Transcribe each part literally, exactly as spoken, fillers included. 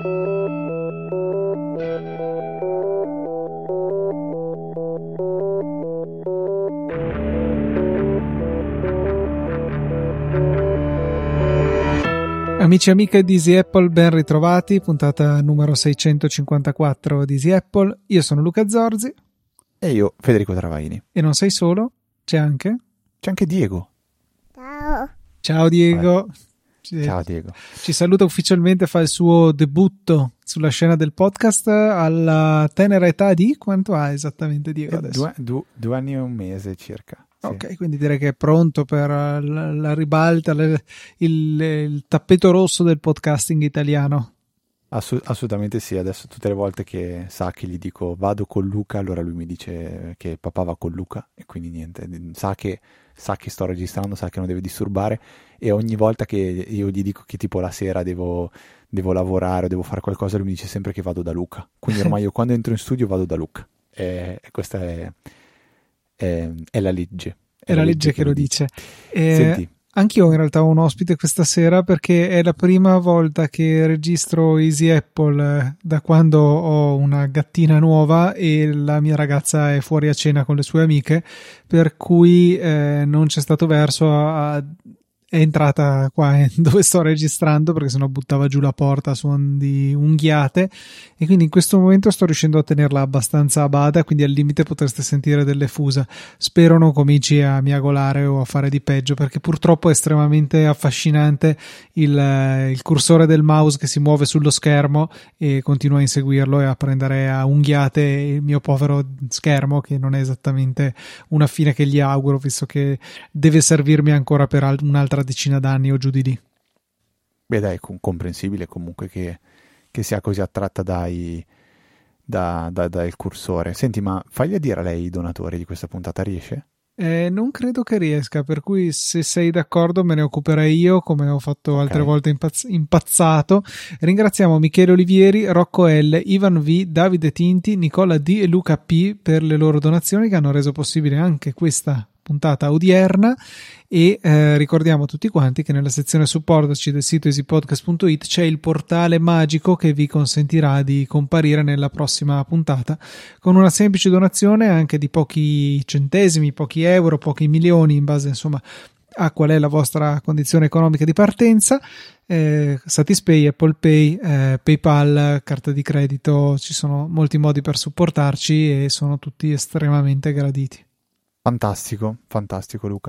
Amici e amiche di Easy Apple, ben ritrovati, puntata numero seicentocinquantaquattro di Easy Apple. Io sono Luca Zorzi. E io Federico Travaini. E non sei solo, c'è anche... C'è anche Diego. Ciao. Ciao Diego. Ci, Ciao Diego. Ci saluta ufficialmente, fa il suo debutto sulla scena del podcast alla tenera età di... Quanto ha esattamente Diego adesso? Due, due, due anni e un mese circa. Sì. Ok, quindi direi che è pronto per la, la ribalta, il, il, il tappeto rosso del podcasting italiano. Assu- assolutamente sì, adesso tutte le volte che sa che gli dico vado con Luca, allora lui mi dice che papà va con Luca e quindi niente, sa che, sa che sto registrando, sa che non deve disturbare, e ogni volta che io gli dico che tipo la sera devo, devo lavorare o devo fare qualcosa, lui mi dice sempre che vado da Luca, quindi ormai io quando entro in studio vado da Luca, e, e questa è... È, è la legge. È, è la legge, legge che, che lo dice. dice. Eh, Senti. Anch'io in realtà ho un ospite questa sera perché è la prima volta che registro Easy Apple da quando ho una gattina nuova e la mia ragazza è fuori a cena con le sue amiche, per cui eh, non c'è stato verso a... a è entrata qua dove sto registrando perché sennò buttava giù la porta a suon di unghiate, e quindi in questo momento sto riuscendo a tenerla abbastanza a bada, quindi al limite potreste sentire delle fusa. Spero non cominci a miagolare o a fare di peggio, perché purtroppo è estremamente affascinante il, il cursore del mouse che si muove sullo schermo e continua a inseguirlo e a prendere a unghiate il mio povero schermo, che non è esattamente una fine che gli auguro, visto che deve servirmi ancora per un'altra decina d'anni o giù di lì. Beh dai, com- comprensibile comunque che, che sia così attratta dai da, da, dal cursore. Senti, ma fagli a dire a lei i donatori di questa puntata, riesce? Eh, non credo che riesca, per cui se sei d'accordo me ne occuperei io, come ho fatto okay. altre volte impazz- impazzato. Ringraziamo Michele Olivieri, Rocco L, Ivan V, Davide Tinti, Nicola D e Luca P per le loro donazioni che hanno reso possibile anche questa puntata odierna. E eh, ricordiamo a tutti quanti che nella sezione supportaci del sito easypodcast punto it c'è il portale magico che vi consentirà di comparire nella prossima puntata con una semplice donazione anche di pochi centesimi, pochi euro, pochi milioni, in base insomma a qual è la vostra condizione economica di partenza. eh, Satispay, Apple Pay, eh, PayPal, carta di credito, ci sono molti modi per supportarci e sono tutti estremamente graditi. Fantastico, fantastico Luca.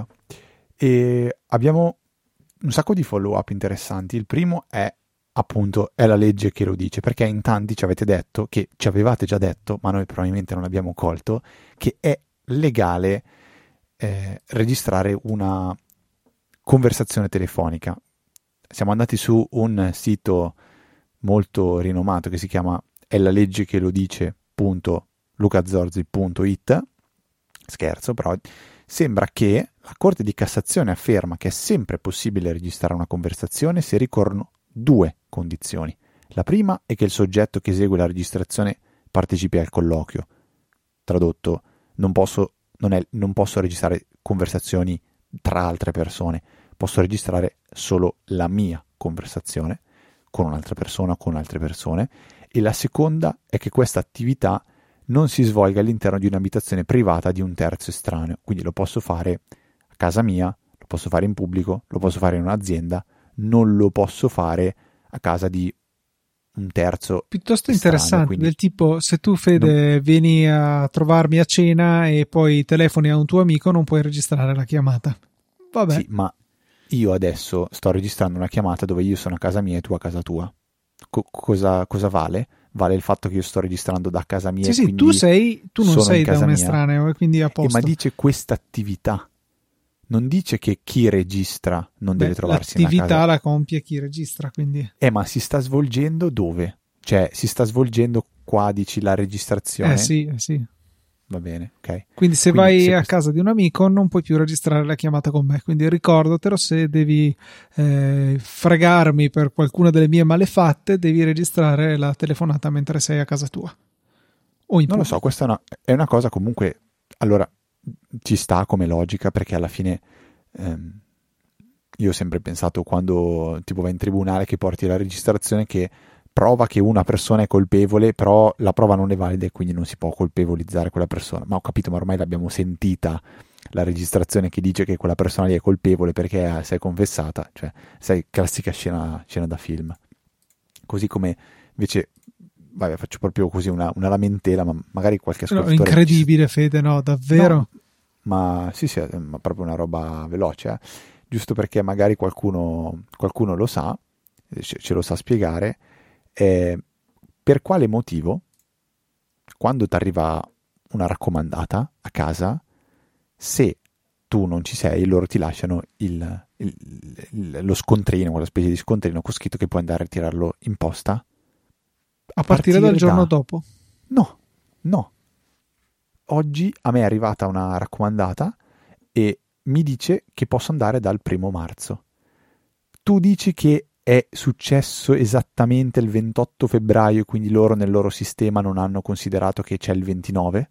E abbiamo un sacco di follow up interessanti. Il primo è appunto è la legge che lo dice, perché in tanti ci avete detto, che ci avevate già detto ma noi probabilmente non abbiamo colto, che è legale eh, registrare una conversazione telefonica. Siamo andati su un sito molto rinomato che si chiama è la legge che lo dice punto lucazorzi punto it. Scherzo, però sembra che la Corte di Cassazione afferma che è sempre possibile registrare una conversazione se ricorrono due condizioni. La prima è che il soggetto che esegue la registrazione partecipi al colloquio. Tradotto, non posso, non è, non posso registrare conversazioni tra altre persone, posso registrare solo la mia conversazione con un'altra persona o con altre persone. E la seconda è che questa attività non si svolga all'interno di un'abitazione privata di un terzo estraneo, quindi lo posso fare a casa mia, lo posso fare in pubblico, lo posso fare in un'azienda, non lo posso fare a casa di un terzo piuttosto estraneo, interessante, quindi... del tipo se tu Fede non... vieni a trovarmi a cena e poi telefoni a un tuo amico, non puoi registrare la chiamata. Vabbè. Sì, ma io adesso sto registrando una chiamata dove io sono a casa mia e tu a casa tua. Co- cosa, cosa vale? Vale il fatto che io sto registrando da casa mia. Sì, e sì, quindi tu sei, tu non sei da un mia. estraneo, e quindi a posto. E ma dice questa attività, non dice che chi registra non Beh, deve trovarsi in l'attività casa. la compie chi registra, quindi. Eh, ma si sta svolgendo dove? Cioè, si sta svolgendo qua, dici, la registrazione? Eh sì, eh sì. Va bene, ok. Quindi se Quindi vai se a questo... casa di un amico non puoi più registrare la chiamata con me, quindi ricordatelo, se devi eh, fregarmi per qualcuna delle mie malefatte devi registrare la telefonata mentre sei a casa tua o in non pubblico. lo so, questa è una, è una cosa comunque, allora ci sta come logica, perché alla fine ehm, io ho sempre pensato, quando tipo vai in tribunale che porti la registrazione, che prova che una persona è colpevole, però la prova non è valida e quindi non si può colpevolizzare quella persona. Ma ho capito, ma ormai l'abbiamo sentita la registrazione che dice che quella persona lì è colpevole perché si è confessata, cioè sai, classica scena, scena da film. Così come invece, vabbè, faccio proprio così una, una lamentela, ma magari qualche ascoltatore... No, incredibile, Fede, no, davvero? No, ma sì, sì, ma proprio una roba veloce, eh? Giusto perché magari qualcuno, qualcuno lo sa, ce, ce lo sa spiegare, eh, per quale motivo, quando ti arriva una raccomandata a casa, se tu non ci sei, loro ti lasciano il, il, il, lo scontrino, quella specie di scontrino con scritto che puoi andare a tirarlo in posta. A, a partire, partire dal giorno da... dopo? No, no. Oggi a me è arrivata una raccomandata e mi dice che posso andare dal primo marzo. Tu dici che è successo esattamente il ventotto febbraio, quindi loro nel loro sistema non hanno considerato che c'è il ventinove?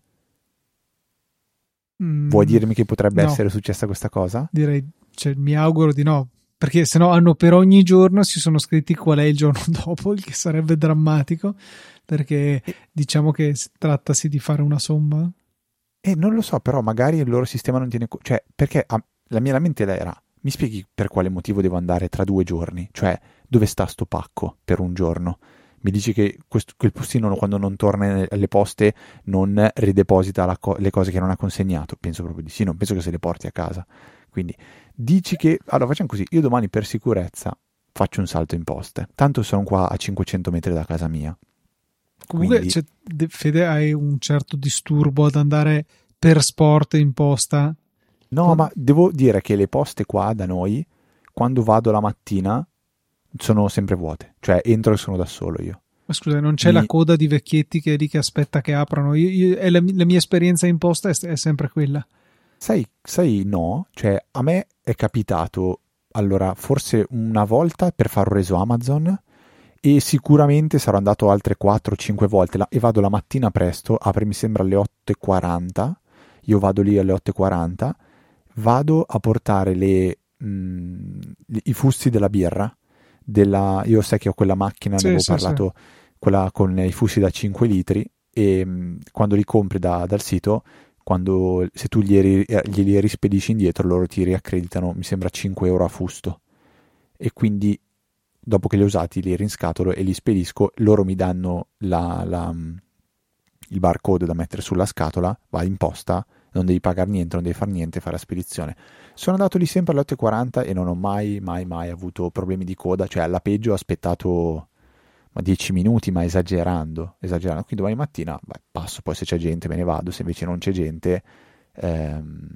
Mm, Vuoi dirmi che potrebbe no. essere successa questa cosa? Direi, cioè, mi auguro di no, perché se no hanno per ogni giorno si sono scritti qual è il giorno dopo, il che sarebbe drammatico, perché e... diciamo che trattasi di fare una somma. E non lo so, però magari il loro sistema non tiene... Co- cioè, perché ah, la mia lamentela era, mi spieghi per quale motivo devo andare tra due giorni? Cioè, dove sta sto pacco per un giorno? Mi dici che questo, quel postino quando non torna alle poste non rideposita la co- le cose che non ha consegnato? Penso proprio di sì, non penso che se le porti a casa. Quindi dici che... Allora facciamo così, io domani per sicurezza faccio un salto in poste. Tanto sono qua a cinquecento metri da casa mia. Comunque, Quindi... cioè, Fede, hai un certo disturbo ad andare per sport in posta? No, Con... ma devo dire che le poste qua da noi, quando vado la mattina, sono sempre vuote. Cioè, entro e sono da solo io. Ma scusa, non c'è Mi... la coda di vecchietti che è lì che aspetta che aprano? Io, io, è la, la mia esperienza in posta è, è sempre quella. Sai, sai, no. Cioè, a me è capitato, allora, forse una volta per far reso Amazon... E sicuramente sarò andato altre quattro cinque volte la, e vado la mattina presto, apre mi sembra alle otto e quaranta, io vado lì alle otto e quaranta, vado a portare le, mh, i fusti della birra, della, io sai che ho quella macchina, sì, ne avevo sì, parlato, sì. Quella con i fusti da cinque litri, e mh, quando li compri da, dal sito, quando, se tu glieli, glieli rispedisci indietro, loro ti riaccreditano, mi sembra cinque euro a fusto, e quindi dopo che li ho usati li riscatolo e li spedisco, loro mi danno la, la, il barcode da mettere sulla scatola, vai in posta, non devi pagare niente, non devi fare niente, fare la spedizione. Sono andato lì sempre alle otto e quaranta e non ho mai, mai, mai avuto problemi di coda, cioè alla peggio ho aspettato ma dieci minuti, ma esagerando, esagerando. Quindi domani mattina beh, passo, poi se c'è gente me ne vado, se invece non c'è gente... Ehm,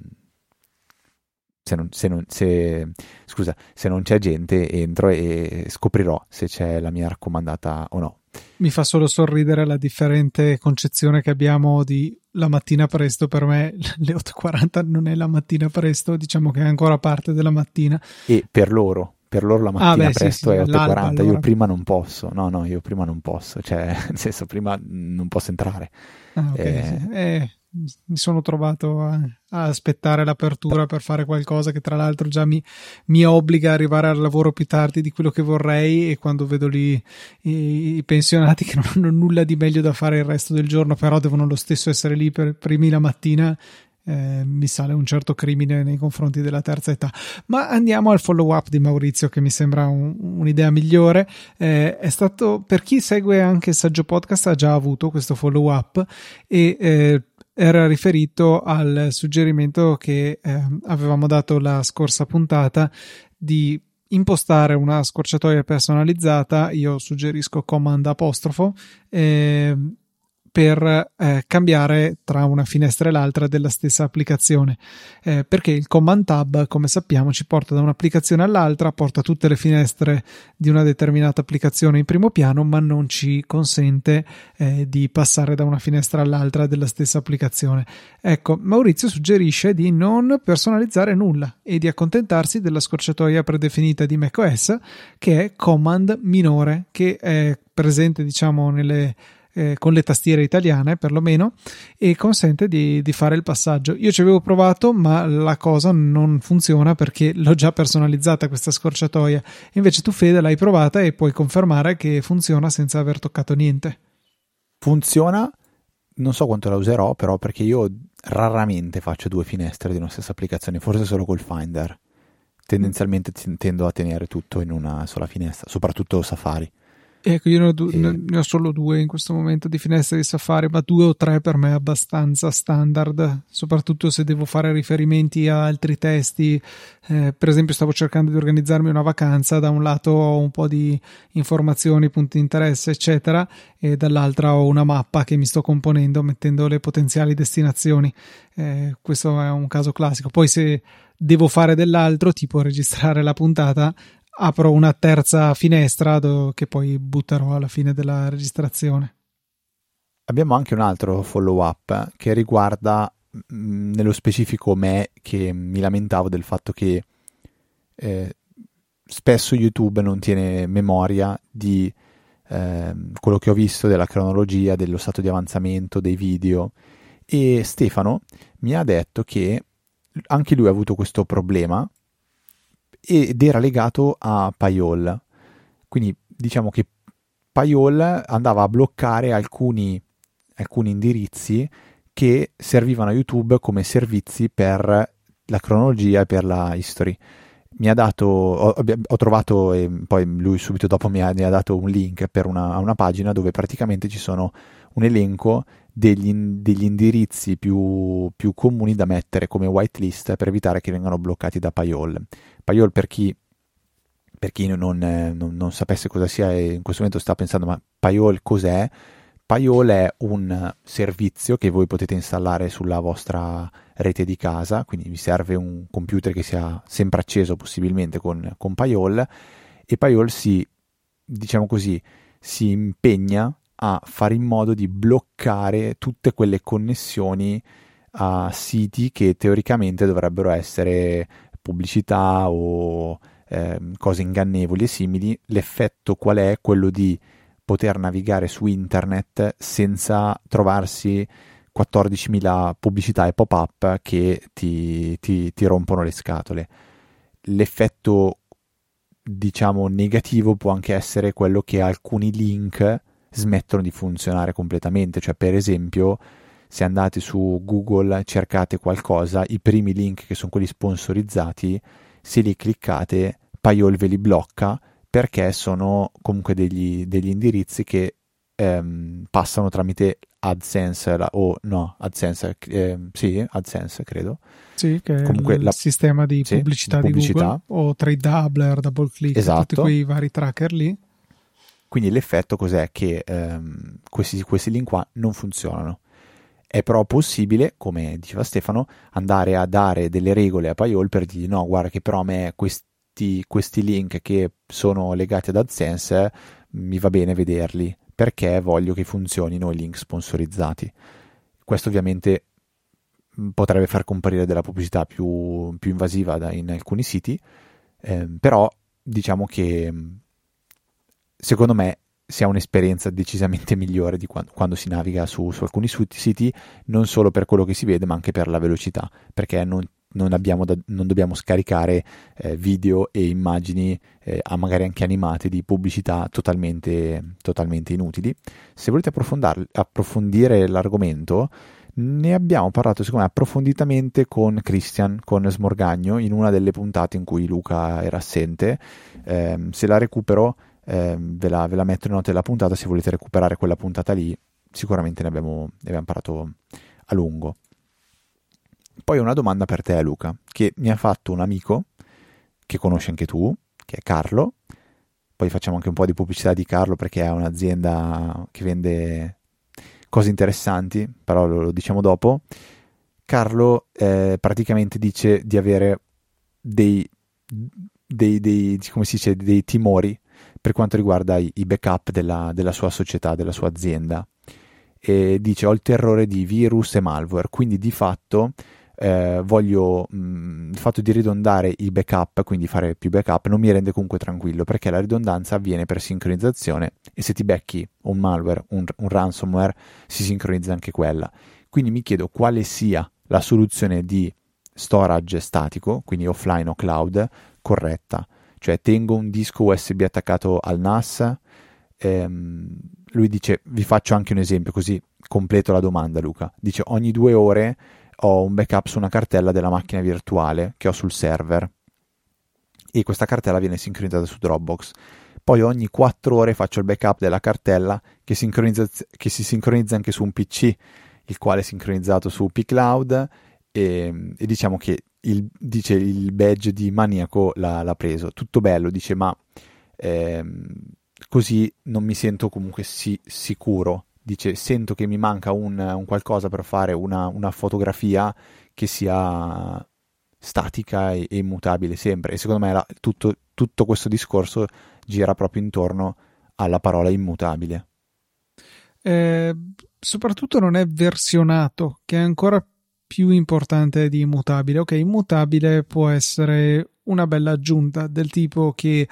Se non, se non, se, scusa, se non c'è gente entro e scoprirò se c'è la mia raccomandata o no. Mi fa solo sorridere la differente concezione che abbiamo di la mattina presto. Per me le otto e quaranta non è la mattina presto, diciamo che è ancora parte della mattina. E per loro, per loro la mattina ah, beh, presto sì, sì, è otto e quaranta, allora. Io prima non posso, no no, io prima non posso, cioè nel senso prima non posso entrare. Ah, ok, eh, sì. eh, mi sono trovato a, a aspettare l'apertura per fare qualcosa che tra l'altro già mi, mi obbliga a arrivare al lavoro più tardi di quello che vorrei, e quando vedo lì i, i pensionati che non hanno nulla di meglio da fare il resto del giorno, però devono lo stesso essere lì per primi la mattina, eh, mi sale un certo crimine nei confronti della terza età. Ma andiamo al follow up di Maurizio, che mi sembra un, un'idea migliore. Eh, è stato, per chi segue anche il Saggio Podcast, ha già avuto questo follow up e eh, era riferito al suggerimento che eh, avevamo dato la scorsa puntata di impostare una scorciatoia personalizzata. Io suggerisco command apostrofo eh, per eh, cambiare tra una finestra e l'altra della stessa applicazione, eh, perché il command tab, come sappiamo, ci porta da un'applicazione all'altra, porta tutte le finestre di una determinata applicazione in primo piano, ma non ci consente eh, di passare da una finestra all'altra della stessa applicazione. Ecco, Maurizio suggerisce di non personalizzare nulla e di accontentarsi della scorciatoia predefinita di macOS, che è command minore, che è presente, diciamo, nelle eh, con le tastiere italiane perlomeno, e consente di, di fare il passaggio. Io ci avevo provato, ma la cosa non funziona perché l'ho già personalizzata questa scorciatoia. Invece tu, Fede, l'hai provata e puoi confermare che funziona senza aver toccato niente. Funziona, non so quanto la userò, però, perché io raramente faccio due finestre di una stessa applicazione, forse solo col Finder. Tendenzialmente tendo a tenere tutto in una sola finestra, soprattutto Safari. Ecco, io ne ho, du- E- ne ho solo due in questo momento di finestre di Safari, ma due o tre per me è abbastanza standard, soprattutto se devo fare riferimenti a altri testi. Eh, per esempio, stavo cercando di organizzarmi una vacanza, da un lato ho un po' di informazioni, punti di interesse, eccetera, e dall'altra ho una mappa che mi sto componendo mettendo le potenziali destinazioni. Eh, questo è un caso classico. Poi se devo fare dell'altro, tipo registrare la puntata, apro una terza finestra do- che poi butterò alla fine della registrazione. Abbiamo anche un altro follow up che riguarda mh, nello specifico me, che mi lamentavo del fatto che eh, spesso YouTube non tiene memoria di eh, quello che ho visto, della cronologia, dello stato di avanzamento dei video, e Stefano mi ha detto che anche lui ha avuto questo problema ed era legato a Payol. Quindi diciamo che Payol andava a bloccare alcuni, alcuni indirizzi che servivano a YouTube come servizi per la cronologia e per la history. Mi ha dato, ho, ho trovato, e poi lui subito dopo mi ha, mi ha dato un link per una, una pagina dove praticamente ci sono un elenco degli, degli indirizzi più, più comuni da mettere come whitelist per evitare che vengano bloccati da Payol. Payol, per chi, per chi non, non, non sapesse cosa sia e in questo momento sta pensando ma Payol cos'è? Payol è un servizio che voi potete installare sulla vostra rete di casa, quindi vi serve un computer che sia sempre acceso possibilmente con, con Payol, e Payol si, diciamo così, si impegna a fare in modo di bloccare tutte quelle connessioni a siti che teoricamente dovrebbero essere pubblicità o eh, cose ingannevoli e simili. L'effetto qual è? Quello di poter navigare su internet senza trovarsi quattordicimila pubblicità e pop-up che ti, ti, ti rompono le scatole. L'effetto, diciamo, negativo può anche essere quello che alcuni link smettono di funzionare completamente. Cioè, per esempio, se andate su Google, cercate qualcosa, i primi link che sono quelli sponsorizzati, se li cliccate, Payol ve li blocca, perché sono comunque degli, degli indirizzi che ehm, passano tramite AdSense la, o no, AdSense, eh, sì, AdSense credo. Sì, che Comunque è il la, sistema di sì, pubblicità, di di pubblicità. Google, o TradeDoubler, DoubleClick, Esatto. tutti quei vari tracker lì. Quindi l'effetto cos'è? Che ehm, questi, questi link qua non funzionano. È però possibile, come diceva Stefano, andare a dare delle regole a Payol per dire no, guarda che però a me questi questi link che sono legati ad AdSense mi va bene vederli perché voglio che funzionino i link sponsorizzati. Questo ovviamente potrebbe far comparire della pubblicità più, più invasiva da, in alcuni siti, eh, però diciamo che secondo me sia un'esperienza decisamente migliore di quando, quando si naviga su, su alcuni siti, non solo per quello che si vede ma anche per la velocità, perché non Non, abbiamo da, non dobbiamo scaricare eh, video e immagini, eh, magari anche animate, di pubblicità totalmente, totalmente inutili. Se volete approfondire l'argomento, ne abbiamo parlato secondo me approfonditamente con Christian, con Smorgagno, in una delle puntate in cui Luca era assente. Eh, se la recupero eh, ve, la, ve la metto in note della puntata. Se volete recuperare quella puntata lì, sicuramente ne abbiamo, ne abbiamo parlato a lungo. Poi una domanda per te, Luca, che mi ha fatto un amico che conosci anche tu, che è Carlo. Poi facciamo anche un po' di pubblicità di Carlo perché è un'azienda che vende cose interessanti, però lo, lo diciamo dopo. Carlo eh, praticamente dice di avere dei, dei, dei, come si dice, dei timori per quanto riguarda i, i backup della, della sua società, della sua azienda. E dice: ho il terrore di virus e malware, quindi di fatto eh, voglio mh, il fatto di ridondare i backup, quindi fare più backup, non mi rende comunque tranquillo, perché la ridondanza avviene per sincronizzazione e se ti becchi un malware, un, un ransomware, si sincronizza anche quella. Quindi mi chiedo quale sia la soluzione di storage statico, quindi offline o cloud, corretta. Cioè tengo un disco U S B attaccato al N A S. Ehm, lui dice, vi faccio anche un esempio così completo la domanda, Luca. Dice ogni due ore ho un backup su una cartella della macchina virtuale che ho sul server e questa cartella viene sincronizzata su Dropbox. Poi ogni quattro ore faccio il backup della cartella che, sincronizza, che si sincronizza anche su un P C, il quale è sincronizzato su pCloud e, e diciamo che il, dice il badge di maniaco l'ha, l'ha preso. Tutto bello, dice, ma ehm, così non mi sento comunque si, sicuro. Dice, sento che mi manca un, un qualcosa per fare una, una fotografia che sia statica e, e immutabile sempre. E secondo me la, tutto, tutto questo discorso gira proprio intorno alla parola immutabile. Eh, soprattutto non è versionato, che è ancora più importante di immutabile. Ok, immutabile può essere una bella aggiunta, del tipo che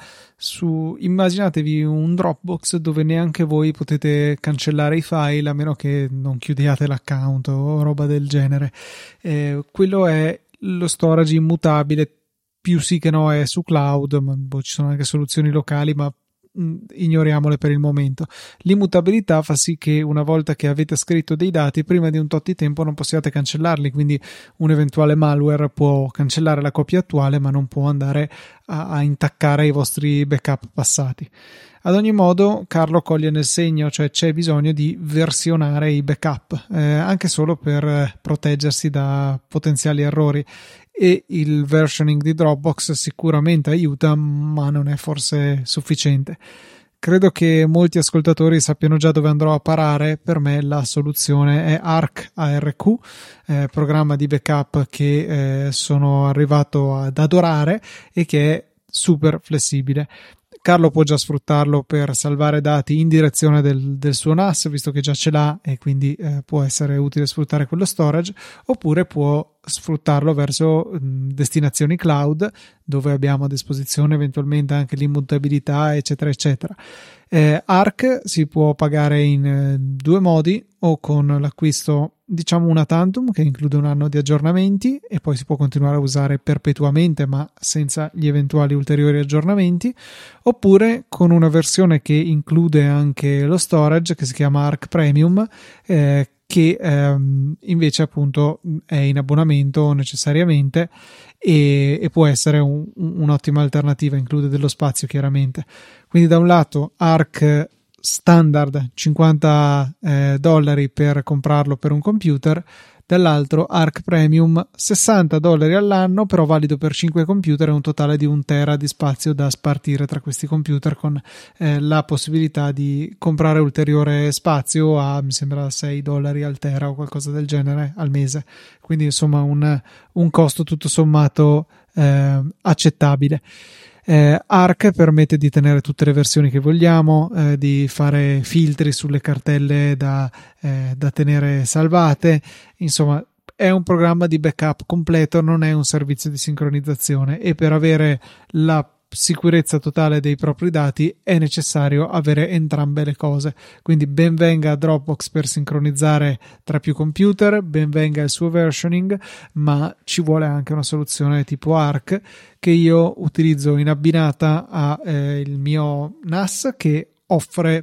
su immaginatevi un Dropbox dove neanche voi potete cancellare i file a meno che non chiudiate l'account o roba del genere. Eh, quello è lo storage immutabile, più sì che no è su cloud, ma boh, ci sono anche soluzioni locali, ma ignoriamole per il momento. L'immutabilità fa sì che una volta che avete scritto dei dati, prima di un tot di tempo non possiate cancellarli, quindi un eventuale malware può cancellare la copia attuale ma non può andare a, a intaccare i vostri backup passati. Ad ogni modo Carlo coglie nel segno, cioè c'è bisogno di versionare i backup, eh, anche solo per proteggersi da potenziali errori, e il versioning di Dropbox sicuramente aiuta, ma non è forse sufficiente. Credo che molti ascoltatori sappiano già dove andrò a parare. Per me la soluzione è Arc, A R Q, eh, programma di backup che eh, sono arrivato ad adorare e che è super flessibile. Carlo può già sfruttarlo per salvare dati in direzione del, del suo N A S, visto che già ce l'ha e quindi eh, può essere utile sfruttare quello storage, oppure può sfruttarlo verso mh, destinazioni cloud dove abbiamo a disposizione eventualmente anche l'immutabilità, eccetera eccetera. eh, Arc si può pagare in eh, due modi, o con l'acquisto diciamo una tantum che include un anno di aggiornamenti e poi si può continuare a usare perpetuamente ma senza gli eventuali ulteriori aggiornamenti, oppure con una versione che include anche lo storage che si chiama Arc Premium, eh, che ehm, invece appunto è in abbonamento necessariamente e, e può essere un, un'ottima alternativa, include dello spazio chiaramente. Quindi da un lato Arc standard cinquanta eh, dollari per comprarlo per un computer, dall'altro Arc Premium sessanta dollari all'anno, però valido per cinque computer e un totale di un tera di spazio da spartire tra questi computer, con eh, la possibilità di comprare ulteriore spazio a mi sembra sei dollari al tera o qualcosa del genere al mese. Quindi insomma un, un costo tutto sommato eh, accettabile. Eh, Arc permette di tenere tutte le versioni che vogliamo, eh, di fare filtri sulle cartelle da, eh, da tenere salvate. Insomma, è un programma di backup completo, non è un servizio di sincronizzazione, e per avere la sicurezza totale dei propri dati è necessario avere entrambe le cose. Quindi ben venga Dropbox per sincronizzare tra più computer, ben venga il suo versioning, ma ci vuole anche una soluzione tipo Arc che io utilizzo in abbinata a eh, il mio N A S, che offre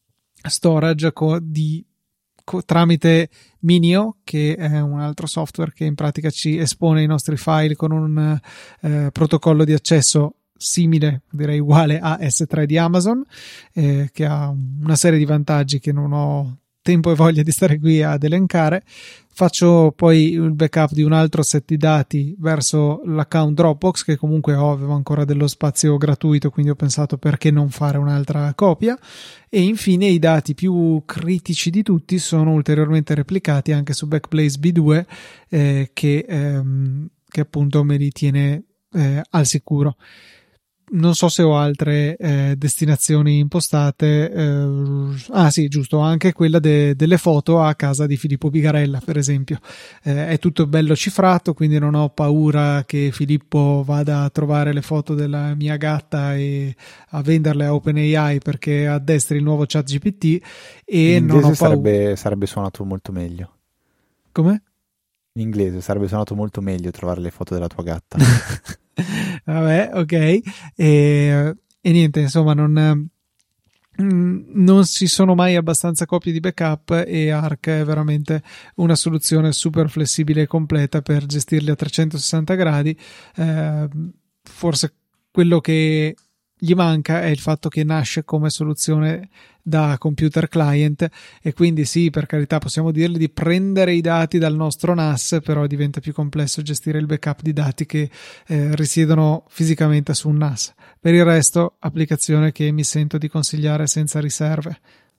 storage co- di co- tramite Minio, che è un altro software che in pratica ci espone i nostri file con un eh, protocollo di accesso simile, direi uguale a S tre di Amazon, eh, che ha una serie di vantaggi che non ho tempo e voglia di stare qui ad elencare. Faccio poi il backup di un altro set di dati verso l'account Dropbox, che comunque ho, avevo ancora dello spazio gratuito, quindi ho pensato perché non fare un'altra copia. E infine i dati più critici di tutti sono ulteriormente replicati anche su Backblaze B due, eh, che, ehm, che appunto me li tiene eh, al sicuro. non so se ho altre eh, destinazioni impostate. Eh, ah sì, giusto, anche quella de- delle foto a casa di Filippo Bigarella, per esempio. Eh, è tutto bello cifrato, quindi non ho paura che Filippo vada a trovare le foto della mia gatta e a venderle a OpenAI perché addestri il nuovo ChatGPT, e In non ho inglese paura. sarebbe, sarebbe suonato molto meglio. Come? In inglese sarebbe suonato molto meglio trovare le foto della tua gatta. Vabbè, ok. E, e niente, insomma, non, non si sono mai abbastanza copie di backup, e Arc è veramente una soluzione super flessibile e completa per gestirli a trecentosessanta gradi. Eh, forse quello che gli manca è il fatto che nasce come soluzione da computer client, e quindi sì, per carità, possiamo dirgli di prendere i dati dal nostro N A S, però diventa più complesso gestire il backup di dati che eh, risiedono fisicamente su un N A S. Per il resto, applicazione che mi sento di consigliare senza riserve.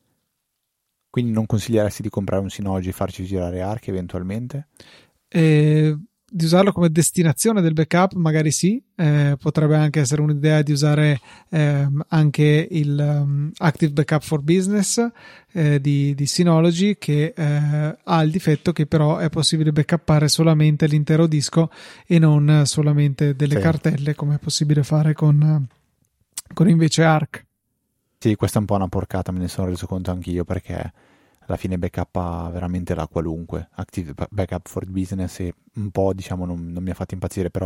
Quindi non consiglieresti di comprare un Synology e farci girare Arc eventualmente? E di usarlo come destinazione del backup magari sì, eh, potrebbe anche essere un'idea di usare eh, anche il um, Active Backup for Business eh, di, di Synology, che eh, ha il difetto che però è possibile backuppare solamente l'intero disco e non solamente delle Sì. cartelle, come è possibile fare con, con invece Arc. Sì, questa è un po' una porcata, me ne sono reso conto anch'io, perché alla fine backup ha veramente la qualunque. Active Backup for Business e un po', diciamo, non, non mi ha fatto impazzire, però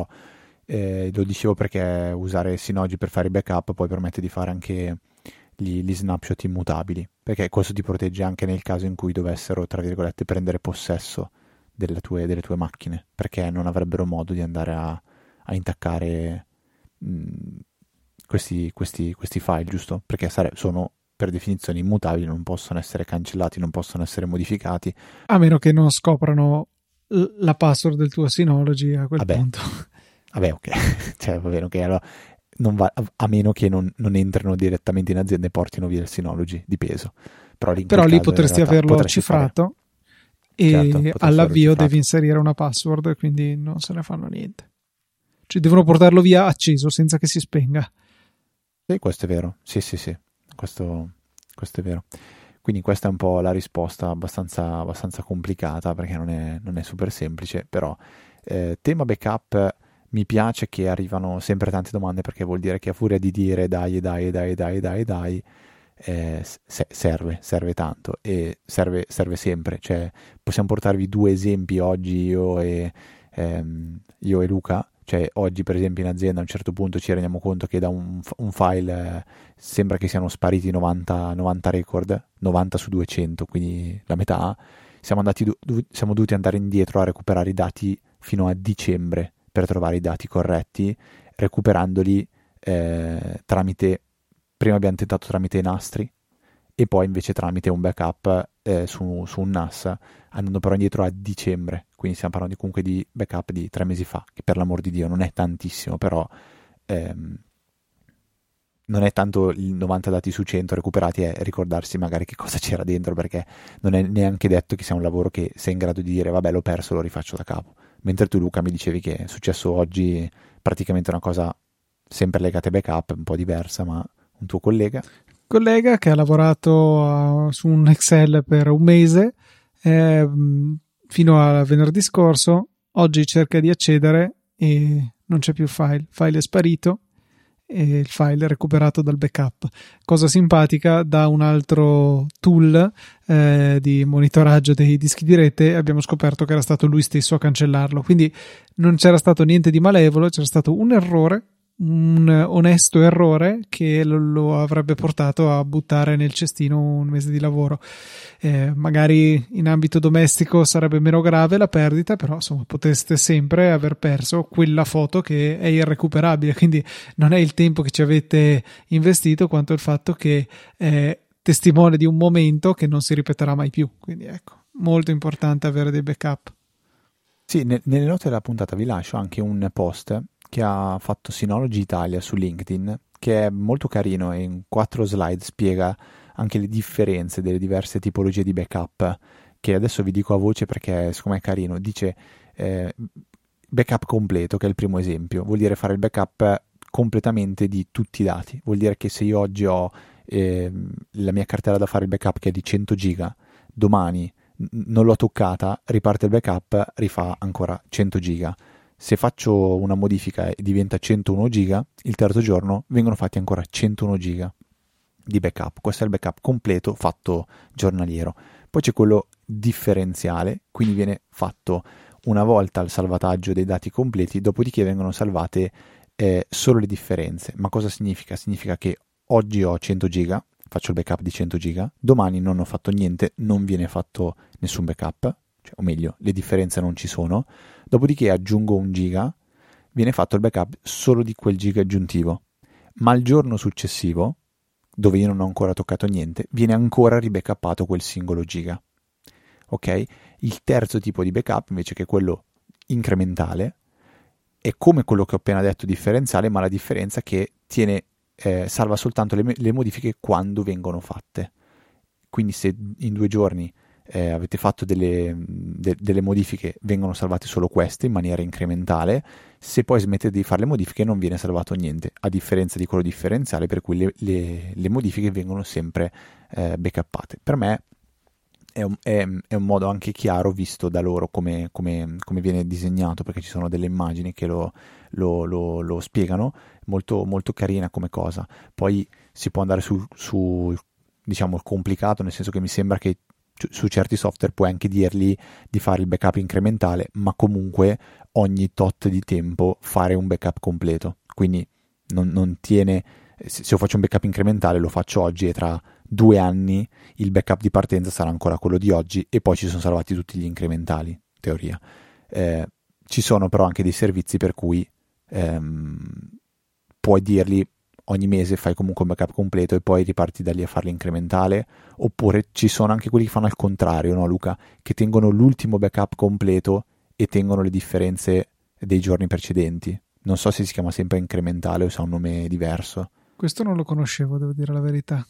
eh, lo dicevo perché usare Synology per fare i backup poi permette di fare anche gli, gli snapshot immutabili, perché questo ti protegge anche nel caso in cui dovessero, tra virgolette, prendere possesso delle tue, delle tue macchine, perché non avrebbero modo di andare a, a intaccare mh, questi, questi, questi file, giusto? Perché sare- sono per definizione immutabili, non possono essere cancellati, non possono essere modificati. A meno che non scoprano l- la password del tuo Synology a quel Vabbè, punto. vabbè, ok, cioè va bene, ok, allora non va, a meno che non, non entrino direttamente in azienda e portino via il Synology di peso. Però lì, in Però quel lì caso, in potresti realtà, averlo potresti cifrato fare... e Certo, potresti averlo all'avvio cifrato. devi inserire una password, e quindi non se ne fanno niente. Cioè devono portarlo via acceso senza che si spenga. Sì, questo è vero, sì, sì, sì, questo, questo è vero. Quindi questa è un po' la risposta abbastanza, abbastanza complicata, perché non è, non è super semplice, però eh, tema backup, mi piace che arrivano sempre tante domande, perché vuol dire che a furia di dire dai, dai, dai, dai, dai, dai, eh, se- serve, serve tanto, e serve, serve sempre. Cioè, possiamo portarvi due esempi oggi, io e, ehm, io e Luca. Cioè, oggi per esempio in azienda a un certo punto ci rendiamo conto che da un, un file eh, sembra che siano spariti novanta, novanta record, novanta su duecento, quindi la metà. Siamo, andati, du- siamo dovuti andare indietro a recuperare i dati fino a dicembre per trovare i dati corretti, recuperandoli eh, tramite, prima abbiamo tentato tramite i nastri e poi invece tramite un backup eh, su, su un N A S, andando però indietro a dicembre, quindi stiamo parlando comunque di backup di tre mesi fa, che per l'amor di Dio non è tantissimo, però ehm, non è tanto il novanta dati su cento recuperati, è ricordarsi magari che cosa c'era dentro, perché non è neanche detto che sia un lavoro che sei in grado di dire vabbè, l'ho perso, lo rifaccio da capo. Mentre tu, Luca, mi dicevi che è successo oggi praticamente una cosa sempre legata ai backup, un po' diversa, ma un tuo collega... Collega che ha lavorato uh, su un Excel per un mese eh, fino a venerdì scorso. Oggi cerca di accedere e non c'è più file. Il file è sparito e il file è recuperato dal backup. Cosa simpatica, da un altro tool eh, di monitoraggio dei dischi di rete abbiamo scoperto che era stato lui stesso a cancellarlo. Quindi non c'era stato niente di malevolo, c'era stato un errore, un onesto errore che lo, lo avrebbe portato a buttare nel cestino un mese di lavoro. Eh, magari in ambito domestico sarebbe meno grave la perdita, però insomma potreste sempre aver perso quella foto che è irrecuperabile, quindi non è il tempo che ci avete investito quanto il fatto che è testimone di un momento che non si ripeterà mai più. Quindi ecco, molto importante avere dei backup. Sì, ne- nelle note della puntata vi lascio anche un post che ha fatto Synology Italia su LinkedIn, che è molto carino e in quattro slide spiega anche le differenze delle diverse tipologie di backup, che adesso vi dico a voce perché secondo me è carino. Dice eh, backup completo, che è il primo esempio, vuol dire fare il backup completamente di tutti i dati. Vuol dire che se io oggi ho eh, la mia cartella da fare il backup che è di cento giga, domani n- non l'ho toccata, riparte il backup, rifà ancora cento giga. Se faccio una modifica e diventa centouno giga, il terzo giorno vengono fatti ancora centouno giga di backup. Questo è il backup completo fatto giornaliero. Poi c'è quello differenziale, quindi viene fatto una volta il salvataggio dei dati completi, dopodiché vengono salvate eh, solo le differenze. Ma cosa significa? Significa che oggi ho cento giga, faccio il backup di cento giga, domani non ho fatto niente, non viene fatto nessun backup, cioè, o meglio, le differenze non ci sono, dopodiché aggiungo un giga, viene fatto il backup solo di quel giga aggiuntivo, ma il giorno successivo, dove io non ho ancora toccato niente, viene ancora ribackupato quel singolo giga. Ok? Il terzo tipo di backup, invece, che è quello incrementale, è come quello che ho appena detto differenziale, ma la differenza è che tiene, eh, salva soltanto le, le modifiche quando vengono fatte. Quindi se in due giorni eh, avete fatto delle, de, delle modifiche, vengono salvate solo queste in maniera incrementale. Se poi smettete di fare le modifiche non viene salvato niente, a differenza di quello differenziale, per cui le, le, le modifiche vengono sempre eh, backuppate. Per me è un, è, è un modo anche chiaro, visto da loro come, come, come viene disegnato, perché ci sono delle immagini che lo, lo, lo, lo spiegano, molto, molto carina come cosa. Poi si può andare su, su diciamo, il complicato, nel senso che mi sembra che su certi software puoi anche dirgli di fare il backup incrementale, ma comunque ogni tot di tempo fare un backup completo. Quindi non, non tiene, se io faccio un backup incrementale lo faccio oggi e tra due anni il backup di partenza sarà ancora quello di oggi e poi ci sono salvati tutti gli incrementali, in teoria. Eh, ci sono però anche dei servizi per cui ehm, puoi dirgli ogni mese fai comunque un backup completo e poi riparti da lì a farlo incrementale, oppure ci sono anche quelli che fanno al contrario, no Luca? Che tengono l'ultimo backup completo e tengono le differenze dei giorni precedenti. Non so se si chiama sempre incrementale o se ha un nome diverso. Questo non lo conoscevo, devo dire la verità.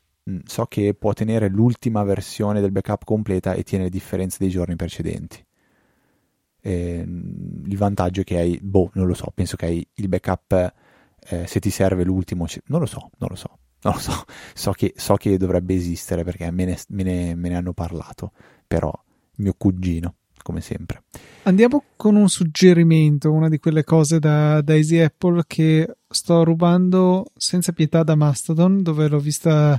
So che può tenere l'ultima versione del backup completa e tiene le differenze dei giorni precedenti. E il vantaggio è che hai, boh, non lo so, penso che hai il backup, eh, se ti serve l'ultimo, non lo so, non lo so, non lo so, so che, so che dovrebbe esistere perché me ne, me ne, me ne hanno parlato, però mio cugino, come sempre. Andiamo con un suggerimento, una di quelle cose da, da Easy Apple che sto rubando senza pietà da Mastodon, dove l'ho vista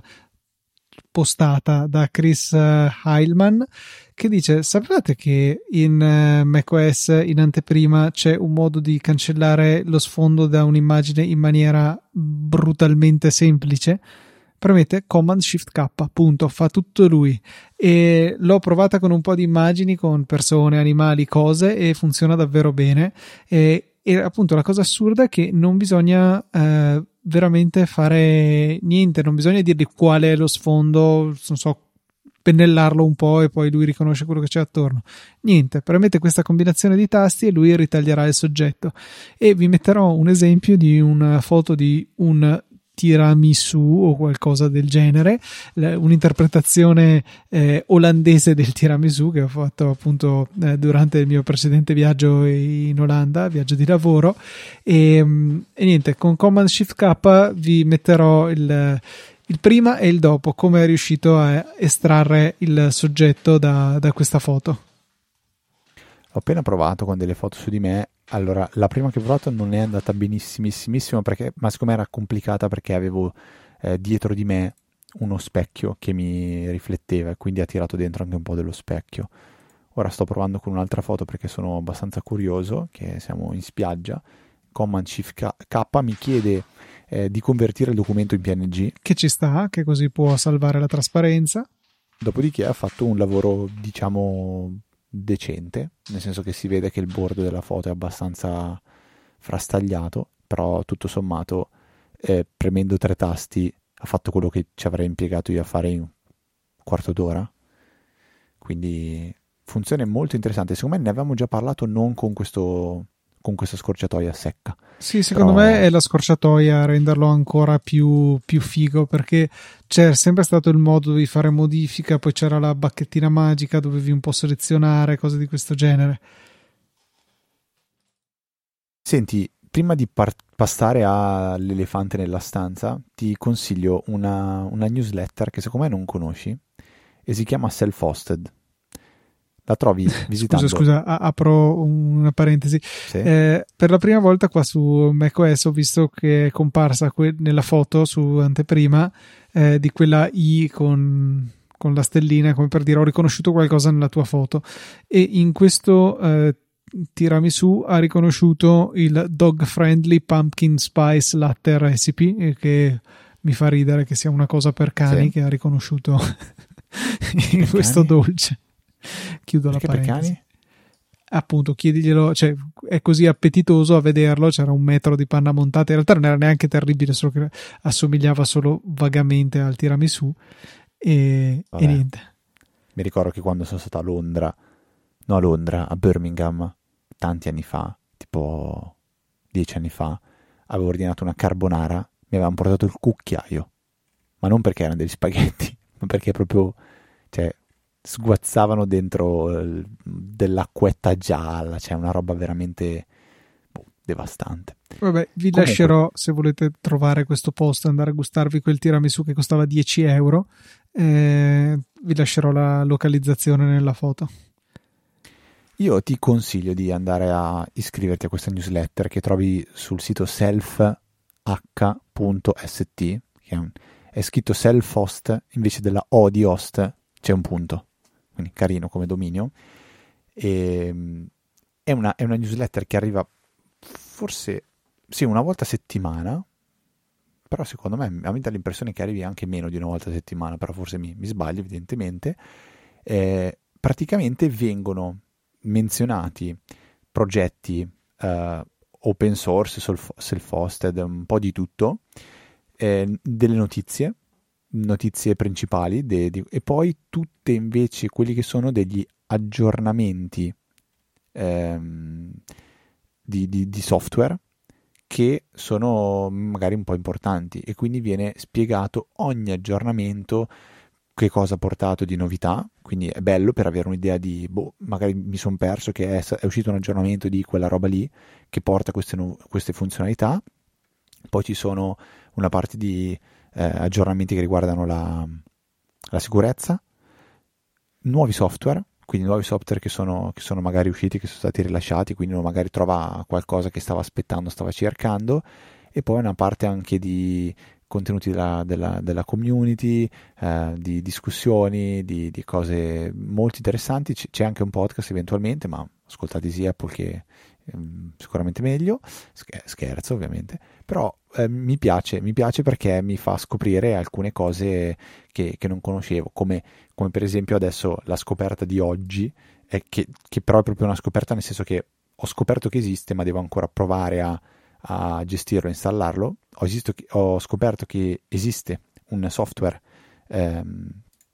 postata da Chris Heilman, che dice: sapevate che in uh, macOS in anteprima c'è un modo di cancellare lo sfondo da un'immagine in maniera brutalmente semplice? Premete Command Shift K, punto, fa tutto lui. E l'ho provata con un po' di immagini, con persone, animali, cose, e funziona davvero bene. E, e appunto la cosa assurda è che non bisogna eh, veramente fare niente, non bisogna dirgli qual è lo sfondo, non so, pennellarlo un po' e poi lui riconosce quello che c'è attorno. Niente, premete questa combinazione di tasti e lui ritaglierà il soggetto. E vi metterò un esempio di una foto di un tiramisù o qualcosa del genere, un'interpretazione eh, olandese del tiramisù che ho fatto appunto eh, durante il mio precedente viaggio in Olanda, viaggio di lavoro, e, e niente, con Command Shift K vi metterò il, il prima e il dopo, come è riuscito a estrarre il soggetto da, da questa foto. Ho appena provato con delle foto su di me. Allora, la prima che ho provato non è andata benissimissimo, perché, ma siccome era complicata perché avevo eh, dietro di me uno specchio che mi rifletteva e quindi ha tirato dentro anche un po' dello specchio. Ora sto provando con un'altra foto perché sono abbastanza curioso, che siamo in spiaggia. Command Shift K mi chiede eh, di convertire il documento in P N G. Che ci sta, che così può salvare la trasparenza. Dopodiché ha fatto un lavoro, diciamo, decente, nel senso che si vede che il bordo della foto è abbastanza frastagliato, però tutto sommato eh, premendo tre tasti ha fatto quello che ci avrei impiegato io a fare in un quarto d'ora. Quindi funzione molto interessante. Secondo me ne avevamo già parlato, non con questo con questa scorciatoia secca. Sì, secondo Però... me è la scorciatoia a renderlo ancora più, più figo, perché c'è sempre stato il modo di fare modifica, poi c'era la bacchettina magica, dovevi un po' selezionare, cose di questo genere. Senti, prima di par- passare all'elefante nella stanza, ti consiglio una, una newsletter che secondo me non conosci e si chiama Self-Hosted. La trovi visitando... Scusa, scusa, a- apro una parentesi. Sì? Eh, per la prima volta qua su macOS ho visto che è comparsa que- nella foto su anteprima eh, di quella I con, con la stellina, come per dire ho riconosciuto qualcosa nella tua foto. E in questo eh, tiramisù ha riconosciuto il Dog Friendly Pumpkin Spice Latte Recipe, eh, che mi fa ridere che sia una cosa per cani, sì, che ha riconosciuto in questo cani? Dolce. Chiudo Perché la parentesi. Per cani? Appunto, chiediglielo, cioè è così appetitoso a vederlo, c'era un metro di panna montata, in realtà non era neanche terribile, solo che assomigliava solo vagamente al tiramisù e, e niente. Mi ricordo che quando sono stato a Londra, no a Londra, a Birmingham, tanti anni fa, tipo dieci anni fa, avevo ordinato una carbonara, mi avevano portato il cucchiaio, ma non perché erano degli spaghetti, ma perché proprio, cioè, sguazzavano dentro eh, dell'acquetta gialla, cioè una roba veramente boh, devastante. Vabbè, vi Comunque, lascerò, se volete trovare questo post, andare a gustarvi quel tiramisù che costava dieci euro, eh, vi lascerò la localizzazione nella foto. Io ti consiglio di andare a iscriverti a questa newsletter che trovi sul sito self h punto s t, che è, un, è scritto self-host, invece della O di host c'è un punto, quindi carino come dominio. E, è, una, è una newsletter che arriva forse sì una volta a settimana, però secondo me a me dà l'impressione che arrivi anche meno di una volta a settimana, però forse mi, mi sbaglio evidentemente. Eh, praticamente vengono menzionati progetti uh, open source, self-hosted, un po' di tutto, eh, delle notizie, notizie principali de, de, e poi tutte invece quelli che sono degli aggiornamenti ehm, di, di, di software che sono magari un po' importanti, e quindi viene spiegato ogni aggiornamento, che cosa ha portato di novità, quindi è bello per avere un'idea di, boh, magari mi sono perso che è, è uscito un aggiornamento di quella roba lì che porta queste, nu- queste funzionalità. Poi ci sono una parte di eh, aggiornamenti che riguardano la, la sicurezza, nuovi software, quindi nuovi software che sono, che sono magari usciti, che sono stati rilasciati, quindi uno magari trova qualcosa che stava aspettando, stava cercando, e poi una parte anche di contenuti della, della, della community, eh, di discussioni, di, di cose molto interessanti. C- c'è anche un podcast eventualmente, ma ascoltate Easy Apple che ehm, sicuramente meglio, scherzo ovviamente, però eh, mi piace, mi piace perché mi fa scoprire alcune cose che, che non conoscevo, come, come per esempio adesso la scoperta di oggi, è che, che però è proprio una scoperta nel senso che ho scoperto che esiste, ma devo ancora provare a a gestirlo, a installarlo. Ho, esisto, ho scoperto che esiste un software ehm,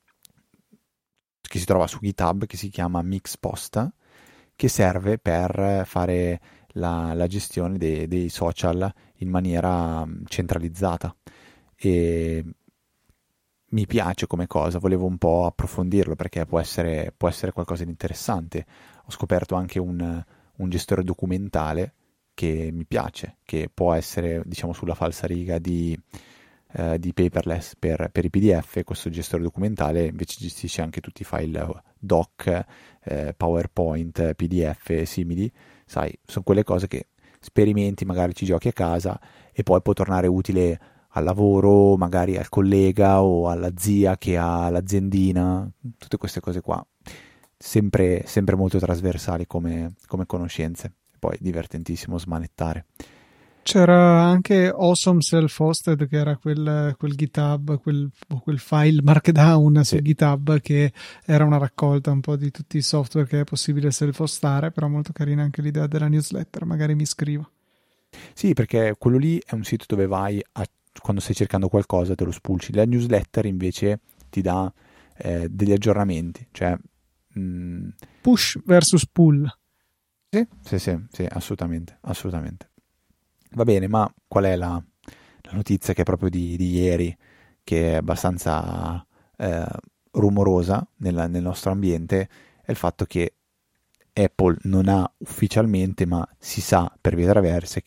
che si trova su GitHub che si chiama Mixpost, che serve per fare la, la gestione dei, dei social in maniera centralizzata, e mi piace come cosa, volevo un po' approfondirlo perché può essere, può essere qualcosa di interessante. Ho scoperto anche un, un gestore documentale che mi piace, che può essere, diciamo, sulla falsariga di, eh, di paperless per, per i P D F. Questo gestore documentale invece gestisce anche tutti i file doc, eh, PowerPoint, P D F simili. Sai, sono quelle cose che sperimenti, magari ci giochi a casa e poi può tornare utile al lavoro, magari al collega o alla zia che ha l'aziendina, tutte queste cose qua, sempre, sempre molto trasversali come, come conoscenze. Poi divertentissimo smanettare. C'era anche Awesome Self-Hosted, che era quel, quel GitHub, quel, quel file Markdown sì. su GitHub, che era una raccolta un po' di tutti i software che è possibile self-hostare, però molto carina anche l'idea della newsletter, magari mi iscrivo. Sì, perché quello lì è un sito dove vai a, quando stai cercando qualcosa te lo spulci. La newsletter invece ti dà eh, degli aggiornamenti, cioè mh... push versus pull. Sì, sì, sì, sì, assolutamente, assolutamente. Va bene, ma qual è la, la notizia che è proprio di, di ieri, che è abbastanza eh, rumorosa nella, nel nostro ambiente, è il fatto che Apple non ha ufficialmente, ma si sa per vie traverse, che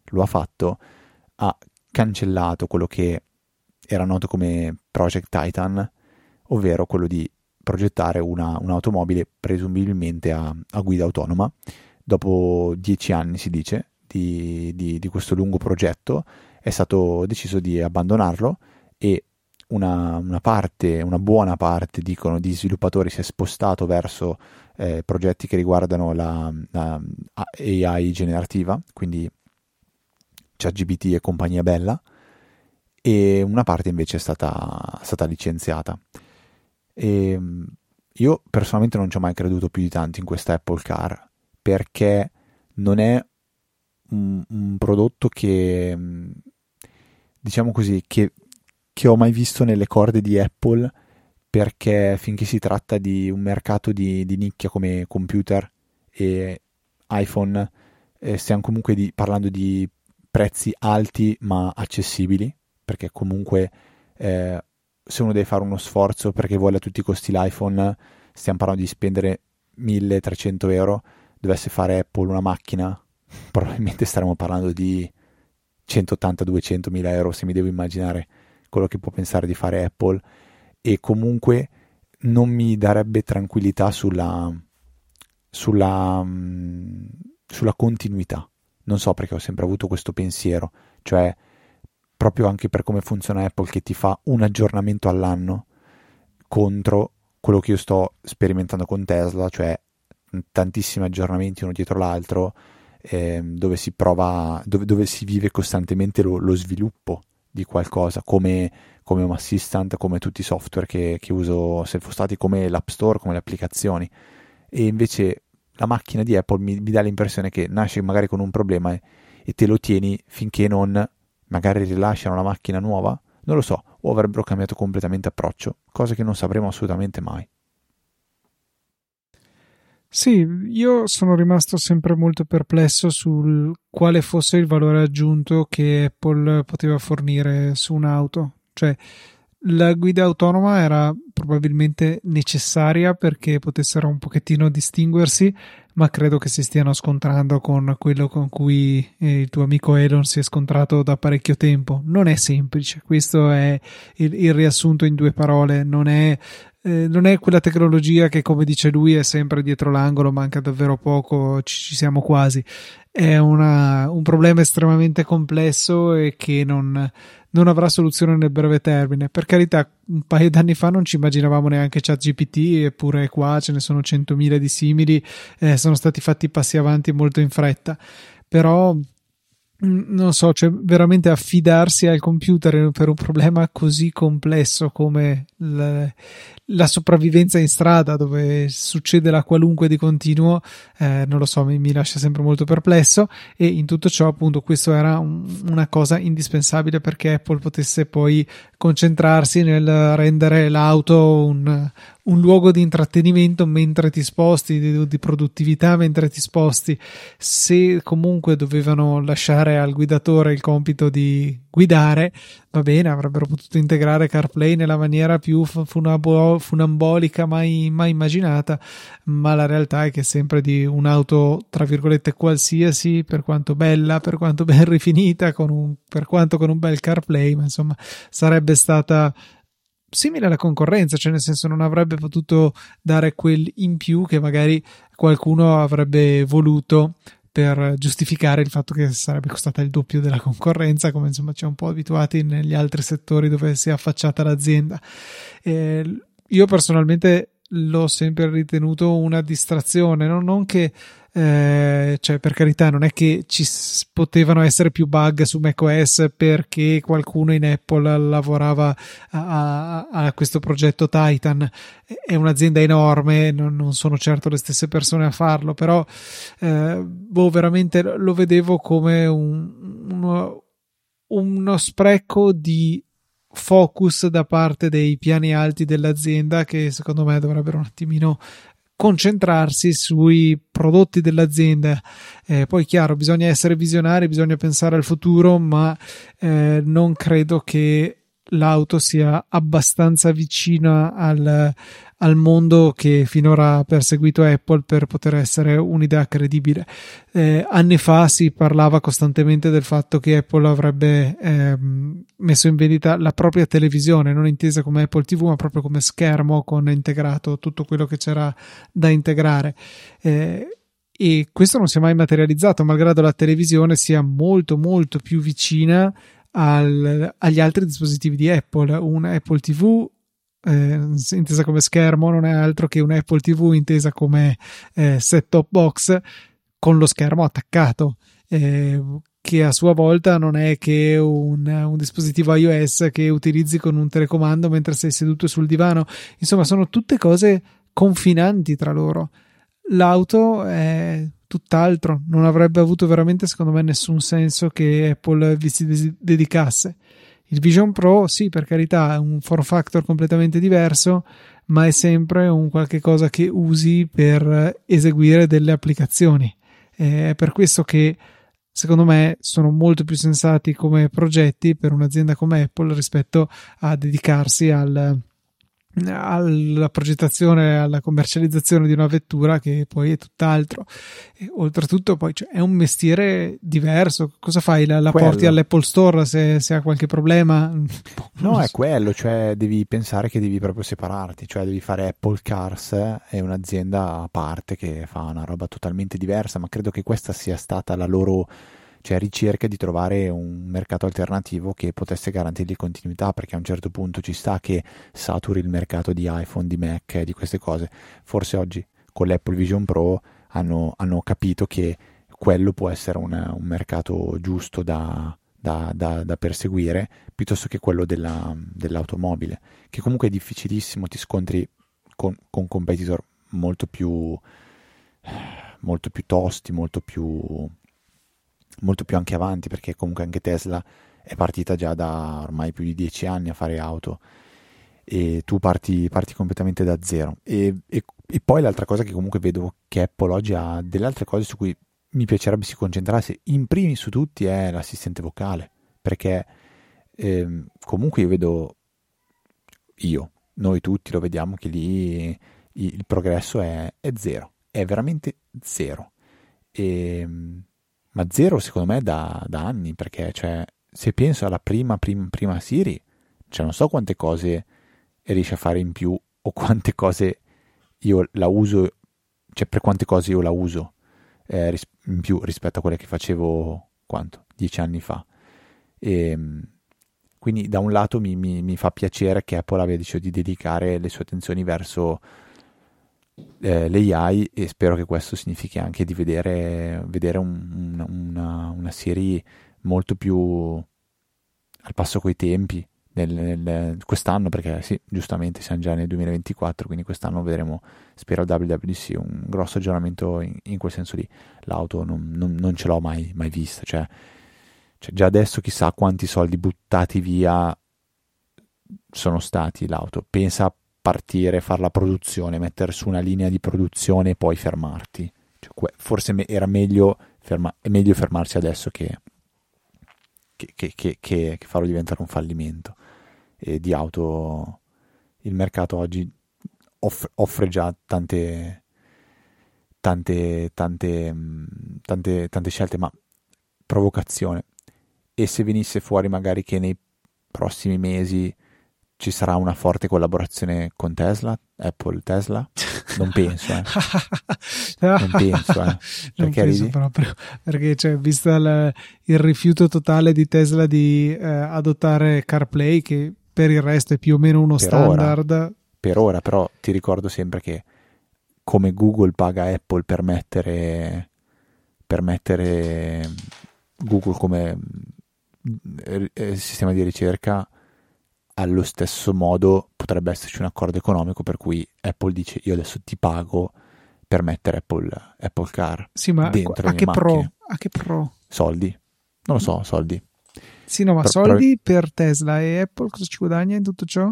lo ha fatto, ha cancellato quello che era noto come Project Titan, ovvero quello di progettare una, un'automobile presumibilmente a, a guida autonoma. Dopo dieci anni, si dice, di, di, di questo lungo progetto, è stato deciso di abbandonarlo e una, una parte, una buona parte, dicono, di sviluppatori si è spostato verso eh, progetti che riguardano la, la A I generativa, quindi ChatGPT e compagnia bella, e una parte invece è stata, stata licenziata. E io personalmente non ci ho mai creduto più di tanto in questa Apple Car, perché non è un, un prodotto che, diciamo così, che, che ho mai visto nelle corde di Apple, perché finché si tratta di un mercato di, di nicchia come computer e iPhone, eh, stiamo comunque di, parlando di prezzi alti ma accessibili, perché comunque eh, se uno deve fare uno sforzo perché vuole a tutti i costi l'iPhone, stiamo parlando di spendere milletrecento euro. Dovesse fare Apple una macchina, probabilmente staremo parlando di centottanta duecento mila euro, se mi devo immaginare quello che può pensare di fare Apple, e comunque non mi darebbe tranquillità sulla sulla, sulla continuità. Non so, perché ho sempre avuto questo pensiero, cioè proprio anche per come funziona Apple, che ti fa un aggiornamento all'anno, contro quello che io sto sperimentando con Tesla, cioè tantissimi aggiornamenti uno dietro l'altro, eh, dove si prova, dove, dove si vive costantemente lo, lo sviluppo di qualcosa, come, come Home Assistant, come tutti i software che, che uso self-hostati, come l'App Store, come le applicazioni. E invece la macchina di Apple mi, mi dà l'impressione che nasce magari con un problema e, e te lo tieni finché non magari rilasciano la macchina nuova, non lo so, o avrebbero cambiato completamente approccio, cosa che non sapremo assolutamente mai. Sì, io sono rimasto sempre molto perplesso sul quale fosse il valore aggiunto che Apple poteva fornire su un'auto. Cioè, la guida autonoma era probabilmente necessaria perché potessero un pochettino distinguersi, ma credo che si stiano scontrando con quello con cui eh, il tuo amico Elon si è scontrato da parecchio tempo. Non è semplice, questo è il, il riassunto in due parole. Non è Eh, non è quella tecnologia che, come dice lui, è sempre dietro l'angolo, manca davvero poco, ci, ci siamo quasi. È una, un problema estremamente complesso e che non, non avrà soluzione nel breve termine. Per carità, un paio d'anni fa non ci immaginavamo neanche ChatGPT, eppure qua ce ne sono centomila di simili, eh, sono stati fatti passi avanti molto in fretta. Però non so, cioè veramente affidarsi al computer per un problema così complesso come la, la sopravvivenza in strada, dove succede la qualunque di continuo, eh, non lo so, mi, mi lascia sempre molto perplesso. E in tutto ciò, appunto, questo era un, una cosa indispensabile perché Apple potesse poi concentrarsi nel rendere l'auto un, un luogo di intrattenimento mentre ti sposti, di, di produttività mentre ti sposti. Se comunque dovevano lasciare al guidatore il compito di guidare, va bene, avrebbero potuto integrare CarPlay nella maniera più funabo- funambolica mai, mai immaginata, ma la realtà è che sempre di un'auto tra virgolette qualsiasi, per quanto bella, per quanto ben rifinita, con un, per quanto con un bel CarPlay, ma insomma sarebbe stata simile alla concorrenza, cioè nel senso non avrebbe potuto dare quel in più che magari qualcuno avrebbe voluto per giustificare il fatto che sarebbe costata il doppio della concorrenza, come insomma ci è un po' abituati negli altri settori dove si è affacciata l'azienda. Eh, io personalmente l'ho sempre ritenuto una distrazione, no? Non che eh, cioè, per carità, non è che ci potevano essere più bug su macOS perché qualcuno in Apple lavorava a, a, a questo progetto Titan. È un'azienda enorme, non, non sono certo le stesse persone a farlo, però eh, boh, veramente lo vedevo come un, uno, uno spreco di focus da parte dei piani alti dell'azienda, che secondo me dovrebbero un attimino concentrarsi sui prodotti dell'azienda. Eh, poi chiaro, bisogna essere visionari, bisogna pensare al futuro, ma eh, non credo che l'auto sia abbastanza vicina al, al mondo che finora ha perseguito Apple per poter essere un'idea credibile. Eh, anni fa si parlava costantemente del fatto che Apple avrebbe eh, messo in vendita la propria televisione, non intesa come Apple ti vu, ma proprio come schermo con integrato tutto quello che c'era da integrare. Eh, e questo non si è mai materializzato, malgrado la televisione sia molto molto più vicina Al, agli altri dispositivi di Apple. Un Apple ti vu eh, intesa come schermo non è altro che un Apple ti vu intesa come eh, set-top box con lo schermo attaccato, eh, che a sua volta non è che un, un dispositivo iOS che utilizzi con un telecomando mentre sei seduto sul divano. Insomma, sono tutte cose confinanti tra loro. L'auto è tutt'altro, non avrebbe avuto veramente secondo me nessun senso che Apple vi si dedicasse. Il Vision Pro sì, per carità, è un form factor completamente diverso, ma è sempre un qualche cosa che usi per eseguire delle applicazioni. È per questo che secondo me sono molto più sensati come progetti per un'azienda come Apple rispetto a dedicarsi al alla progettazione, alla commercializzazione di una vettura che poi è tutt'altro. E oltretutto poi cioè, è un mestiere diverso. Cosa fai? La, la porti all'Apple Store se, se ha qualche problema? No, è quello, cioè devi pensare che devi proprio separarti, cioè devi fare Apple Cars, è un'azienda a parte che fa una roba totalmente diversa, ma credo che questa sia stata la loro cioè ricerca di trovare un mercato alternativo che potesse garantirgli continuità, perché a un certo punto ci sta che saturi il mercato di iPhone, di Mac, di queste cose. Forse oggi con l'Apple Vision Pro hanno, hanno capito che quello può essere una, un mercato giusto da, da, da, da perseguire, piuttosto che quello della, dell'automobile, che comunque è difficilissimo, ti scontri con, con competitor molto più molto più tosti, molto più molto più anche avanti, perché comunque anche Tesla è partita già da ormai più di dieci anni a fare auto e tu parti, parti completamente da zero. E, e, e poi l'altra cosa che comunque vedo che Apple oggi ha delle altre cose su cui mi piacerebbe si concentrasse, in primis su tutti è l'assistente vocale, perché eh, comunque io vedo, io, noi tutti lo vediamo che lì il progresso è, è zero, è veramente zero. E ma zero secondo me da, da anni, perché cioè, se penso alla prima, prima, prima Siri, cioè non so quante cose riesce a fare in più o quante cose io la uso, cioè per quante cose io la uso eh, ris- in più rispetto a quelle che facevo, quanto? Dieci anni fa. E, quindi da un lato mi, mi, mi fa piacere che Apple abbia deciso di dedicare le sue attenzioni verso Eh, l'A I, e spero che questo significhi anche di vedere, vedere un, una, una, una serie molto più al passo coi tempi nel, nel, quest'anno, perché sì, giustamente siamo già nel duemilaventiquattro, quindi quest'anno vedremo, spero al W W D C, un grosso aggiornamento in, in quel senso lì. L'auto non, non, non ce l'ho mai, mai vista, cioè, cioè già adesso chissà quanti soldi buttati via sono stati l'auto. Pensa partire, fare la produzione, mettere su una linea di produzione e poi fermarti. Cioè, forse era meglio, ferma, è meglio fermarsi adesso che, che, che, che, che, che farlo diventare un fallimento. E di auto il mercato oggi offre, offre già tante, tante, tante, tante, tante scelte, ma provocazione. E se venisse fuori magari che nei prossimi mesi ci sarà una forte collaborazione con Tesla, Apple Tesla? Non penso, eh. Non penso, eh. Non penso proprio, perché cioè, vista la, il rifiuto totale di Tesla di eh, adottare CarPlay, che per il resto è più o meno uno per standard. Ora, per ora, però ti ricordo sempre che come Google paga Apple per mettere, per mettere Google come eh, sistema di ricerca, allo stesso modo potrebbe esserci un accordo economico per cui Apple dice io adesso ti pago per mettere Apple, Apple Car sì, ma dentro a le che mie pro? macchine. A che pro? Soldi? Non lo so, soldi. Sì, no, ma per, soldi per... per Tesla e Apple cosa ci guadagna in tutto ciò?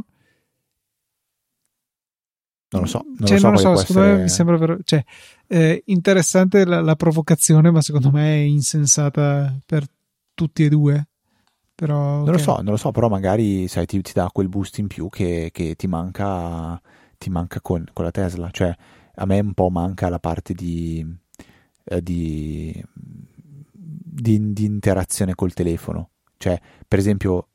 Non lo so, non cioè, lo so, non lo so secondo essere... me mi sembra vero... cioè, eh, interessante la, la provocazione, ma secondo me è insensata per tutti e due. Però, Non lo ok. so, non lo so, però magari sai, ti, ti dà quel boost in più che, che ti manca, ti manca con, con la Tesla. Cioè, a me un po' manca la parte di, eh, di, di, di interazione col telefono. Cioè, per esempio,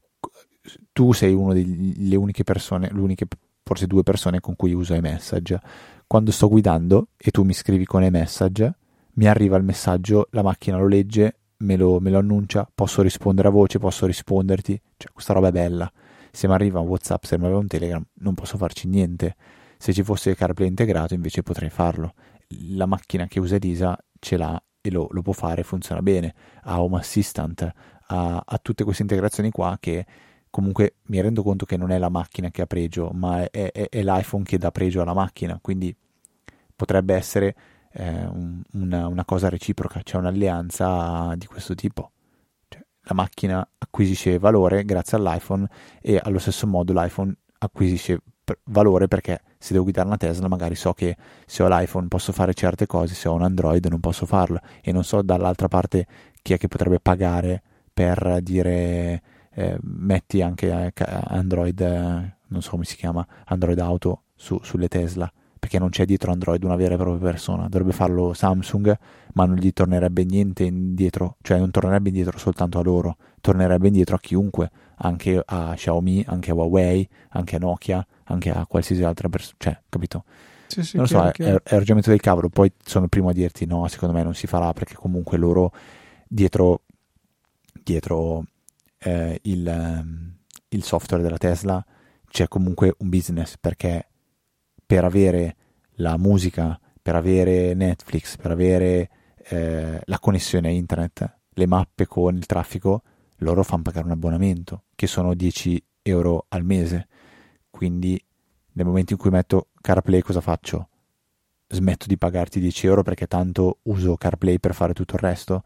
tu sei una delle uniche persone, le uniche, forse due persone con cui uso iMessage. Quando sto guidando e tu mi scrivi con iMessage, mi arriva il messaggio, la macchina lo legge, me lo, me lo annuncia, posso rispondere a voce, posso risponderti, cioè questa roba è bella. Se mi arriva un WhatsApp, se mi arriva un Telegram, non posso farci niente. Se ci fosse il CarPlay integrato, invece potrei farlo. La macchina che usa Elisa ce l'ha e lo, lo può fare, funziona bene. Ha Home Assistant, ha, ha tutte queste integrazioni qua che comunque mi rendo conto che non è la macchina che ha pregio, ma è, è, è l'iPhone che dà pregio alla macchina, quindi potrebbe essere eh, un, una, una cosa reciproca, c'è un'alleanza di questo tipo. Cioè, la macchina acquisisce valore grazie all'iPhone e allo stesso modo l'iPhone acquisisce per- valore perché se devo guidare una Tesla magari so che se ho l'iPhone posso fare certe cose, se ho un Android non posso farlo e non so dall'altra parte chi è che potrebbe pagare per dire eh, metti anche eh, Android, eh, non so come si chiama, Android Auto su, sulle Tesla, perché non c'è dietro Android una vera e propria persona. Dovrebbe farlo Samsung, ma non gli tornerebbe niente indietro, cioè non tornerebbe indietro soltanto a loro, tornerebbe indietro a chiunque, anche a Xiaomi, anche a Huawei, anche a Nokia, anche a qualsiasi altra persona, cioè, capito? Sì, sì, Non lo chiaro, so, è, chiaro. è ragionamento del cavolo. Poi sono il primo a dirti no, secondo me non si farà perché comunque loro dietro, dietro eh, il, ehm, il software della Tesla c'è comunque un business, perché per avere la musica, per avere Netflix, per avere eh, la connessione a internet, le mappe con il traffico, loro fanno pagare un abbonamento che sono dieci euro al mese. Quindi nel momento in cui metto CarPlay cosa faccio? Smetto di pagarti dieci euro perché tanto uso CarPlay per fare tutto il resto?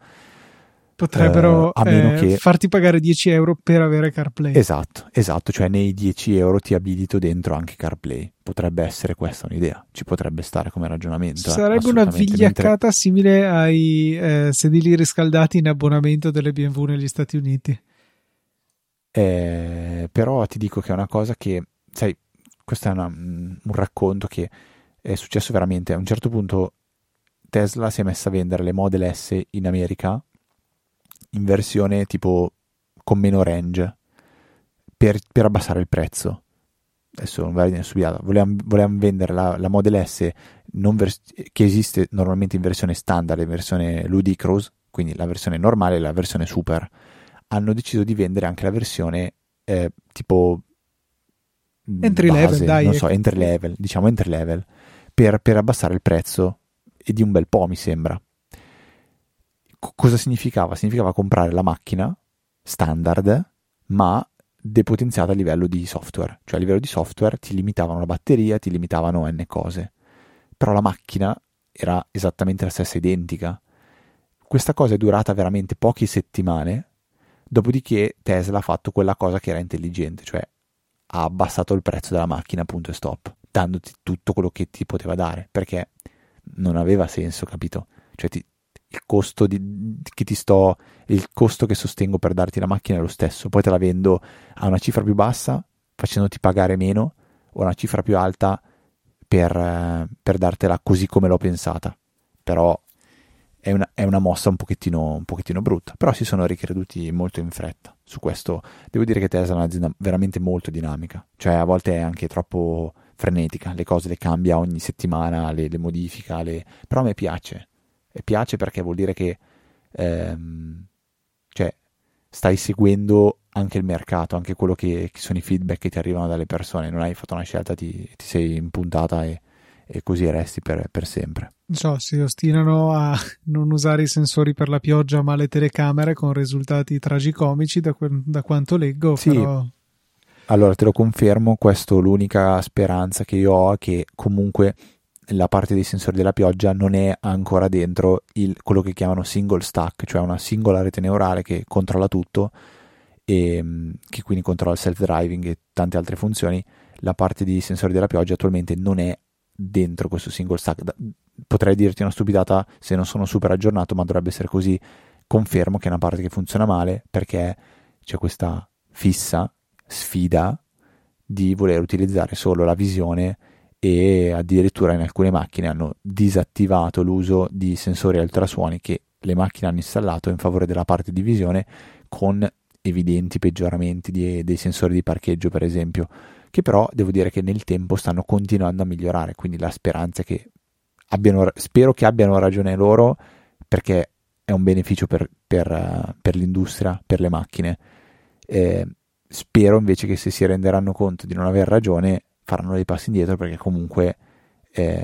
Eh, Potrebbero a meno eh, che farti pagare dieci euro per avere CarPlay. esatto, esatto, cioè nei dieci euro ti abilito dentro anche CarPlay. Potrebbe essere questa un'idea, ci potrebbe stare come ragionamento, eh, Sarebbe una assolutamente. Mentre, vigliaccata simile ai eh, sedili riscaldati in abbonamento delle B M W negli Stati Uniti. eh, però ti dico che è una cosa che, sai, questo è una- un racconto che è successo veramente. A un certo punto Tesla si è messa a vendere le Model S in America in versione tipo con meno range per, per abbassare il prezzo. Adesso non va a dire stupidato, volevamo, volevamo vendere la, la Model S non vers- che esiste normalmente in versione standard, in versione Ludicrous, quindi la versione normale e la versione super. Hanno deciso di vendere anche la versione eh, tipo Entry level, base, dai. non so, ecco. entry level, diciamo entry level, per, per abbassare il prezzo e di un bel po', mi sembra. C- cosa significava? Significava comprare la macchina standard, ma depotenziata a livello di software. Cioè a livello di software ti limitavano la batteria, ti limitavano n cose. Però la macchina era esattamente la stessa, identica. Questa cosa è durata veramente poche settimane, dopodiché Tesla ha fatto quella cosa che era intelligente, cioè ha abbassato il prezzo della macchina, punto e stop, dandoti tutto quello che ti poteva dare, perché non aveva senso, capito? Cioè ti, il costo di, che ti sto, il costo che sostengo per darti la macchina è lo stesso, poi te la vendo a una cifra più bassa facendoti pagare meno o a una cifra più alta per, eh, per dartela così come l'ho pensata. Però è una, è una mossa un pochettino, un pochettino brutta, però si sono ricreduti molto in fretta. Su questo devo dire che Tesla è un'azienda veramente molto dinamica, cioè a volte è anche troppo frenetica, le cose le cambia ogni settimana, le, le modifica, le... però a me piace, e piace perché vuol dire che ehm, cioè, stai seguendo anche il mercato, anche quello che, che sono i feedback che ti arrivano dalle persone, non hai fatto una scelta, ti, ti sei impuntata e, e così resti per, per sempre. Non so, si ostinano a non usare i sensori per la pioggia ma le telecamere con risultati tragicomici da, que- da quanto leggo, Sì, però allora te lo confermo, questo è l'unica speranza che io ho, che comunque la parte dei sensori della pioggia non è ancora dentro il, quello che chiamano single stack, cioè una singola rete neurale che controlla tutto e mh, che quindi controlla il self-driving e tante altre funzioni. La parte di sensori della pioggia attualmente non è dentro questo single stack. Da- potrei dirti una stupidata se non sono super aggiornato, ma dovrebbe essere così. Confermo che è una parte che funziona male perché c'è questa fissa sfida di voler utilizzare solo la visione, e addirittura in alcune macchine hanno disattivato l'uso di sensori ultrasuoni che le macchine hanno installato in favore della parte di visione, con evidenti peggioramenti di, dei sensori di parcheggio, per esempio, che però devo dire che nel tempo stanno continuando a migliorare, quindi la speranza è che abbiano, spero che abbiano ragione loro, perché è un beneficio per, per, per l'industria, per le macchine. Eh, spero invece che se si renderanno conto di non aver ragione faranno dei passi indietro, perché comunque eh,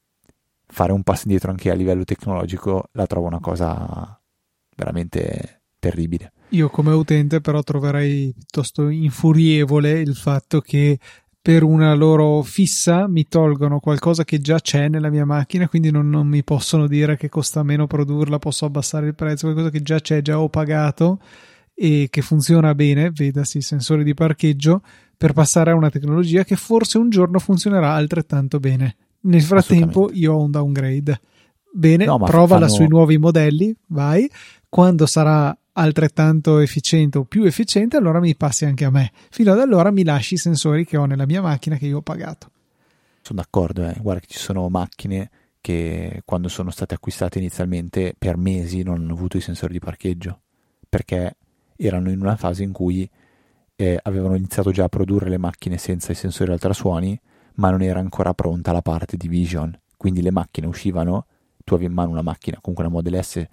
fare un passo indietro anche a livello tecnologico la trovo una cosa veramente terribile. Io come utente però troverei piuttosto infurievole il fatto che per una loro fissa mi tolgono qualcosa che già c'è nella mia macchina, quindi non, non mi possono dire che costa meno produrla, posso abbassare il prezzo, qualcosa che già c'è, già ho pagato e che funziona bene, vedasi sensori di parcheggio, per passare a una tecnologia che forse un giorno funzionerà altrettanto bene. Nel frattempo io ho un downgrade. Bene, no, provala fanno... sui nuovi modelli, vai. Quando sarà altrettanto efficiente o più efficiente, allora mi passi anche a me. Fino ad allora mi lasci i sensori che ho nella mia macchina che io ho pagato. Sono d'accordo, eh. Guarda che ci sono macchine che quando sono state acquistate inizialmente per mesi non hanno avuto i sensori di parcheggio, perché erano in una fase in cui eh, avevano iniziato già a produrre le macchine senza i sensori ultrasuoni, ma non era ancora pronta la parte di vision, quindi le macchine uscivano, tu avevi in mano una macchina, comunque una Model S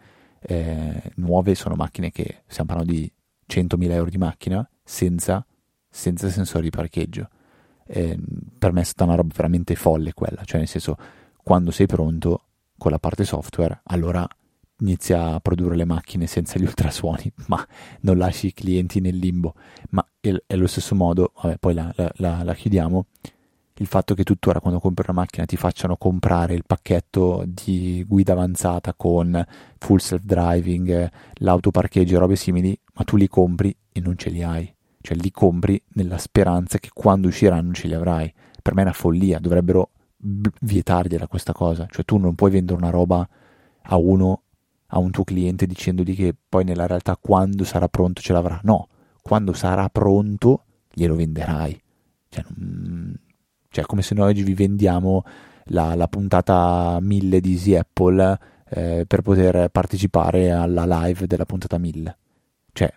eh, nuove, sono macchine che stiamo parlando di centomila euro di macchina senza, senza sensori di parcheggio. Eh, per me è stata una roba veramente folle quella, cioè nel senso, quando sei pronto con la parte software, allora inizia a produrre le macchine senza gli ultrasuoni, ma non lasci i clienti nel limbo. Ma è, è allo stesso modo, vabbè, poi la, la, la, la chiudiamo, il fatto che tuttora quando compri una macchina ti facciano comprare il pacchetto di guida avanzata con full self driving, l'autoparcheggio e robe simili, ma tu li compri e non ce li hai, cioè li compri nella speranza che quando usciranno ce li avrai. Per me è una follia, dovrebbero vietargliela questa cosa, cioè tu non puoi vendere una roba a uno, a un tuo cliente, dicendogli che poi nella realtà quando sarà pronto ce l'avrà. No, quando sarà pronto glielo venderai. Cioè, non... cioè come se noi oggi vi vendiamo la, la puntata mille di Easy Apple eh, per poter partecipare alla live della puntata mille. Cioè,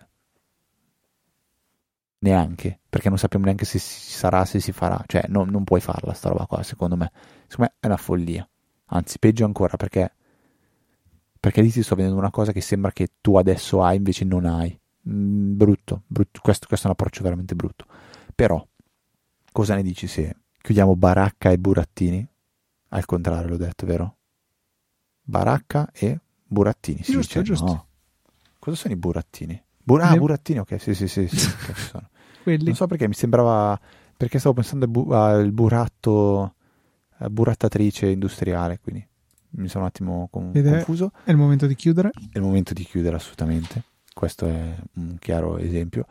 neanche, perché non sappiamo neanche se si sarà, se si farà. Cioè, no, non puoi farla sta roba qua, secondo me. Secondo me è una follia. Anzi, peggio ancora, perché perché lì ti sto vendendo una cosa che sembra che tu adesso hai, invece non hai. Mm, brutto, brutto. Questo, questo è un approccio veramente brutto. Però, cosa ne dici se chiudiamo baracca e burattini? Al contrario l'ho detto, vero? Baracca e burattini. Si giusto, dice, giusto. No. Cosa sono i burattini? Bur- ah, Le... burattini, ok, sì, sì, sì. sì, sì okay, sono. Quelli. Non so perché mi sembrava, perché stavo pensando al, bu- al buratto, a burattatrice industriale, quindi mi sono un attimo con- confuso. È il momento di chiudere. È il momento di chiudere, assolutamente. Questo è un chiaro esempio.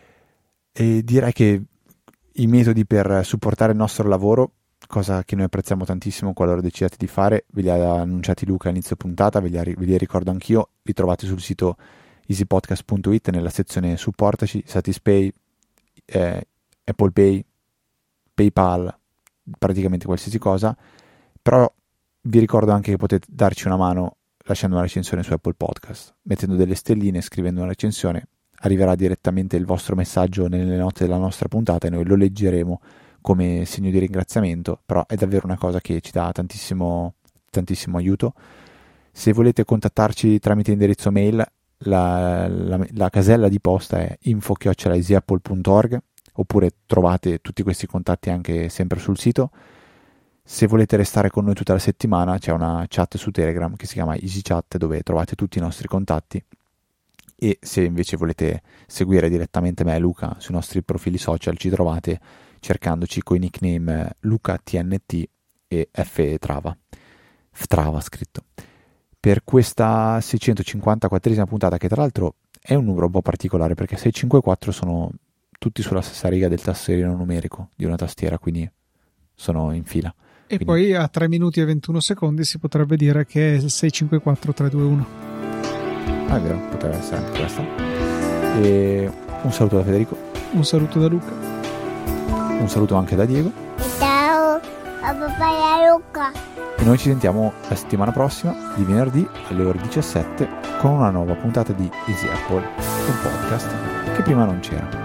E direi che i metodi per supportare il nostro lavoro, cosa che noi apprezziamo tantissimo qualora decidiate di fare, ve li ha annunciati Luca a inizio puntata, ve li, ve li ricordo anch'io, li trovate sul sito easypodcast punto it nella sezione supportaci, Satispay, eh, Apple Pay, PayPal, praticamente qualsiasi cosa. Però vi ricordo anche che potete darci una mano lasciando una recensione su Apple Podcast, mettendo delle stelline, scrivendo una recensione, arriverà direttamente il vostro messaggio nelle note della nostra puntata e noi lo leggeremo come segno di ringraziamento. Però è davvero una cosa che ci dà tantissimo, tantissimo aiuto. Se volete contattarci tramite indirizzo mail, la, la, la casella di posta è info chiocciola easyapple punto org, oppure trovate tutti questi contatti anche sempre sul sito. Se volete restare con noi tutta la settimana, c'è una chat su Telegram che si chiama EasyChat, dove trovate tutti i nostri contatti. E se invece volete seguire direttamente me e Luca sui nostri profili social, ci trovate cercandoci con i nickname LucaTNT e Ftrava, Ftrava scritto. Per questa seicentocinquantaquattresima puntata, che tra l'altro è un numero un po' particolare, perché sei, cinque e quattro sono tutti sulla stessa riga del tasserino numerico di una tastiera, quindi sono in fila. E Quindi... poi a tre minuti e ventuno secondi si potrebbe dire che è sei cinque quattro tre due uno. Ah, è vero, potrebbe essere anche questa. E Un saluto da Federico. Un saluto da Luca. Un saluto anche da Diego. Ciao a papà e a Luca. E noi ci sentiamo la settimana prossima, di venerdì alle ore diciassette, con una nuova puntata di Easy Apple, un podcast che prima non c'era.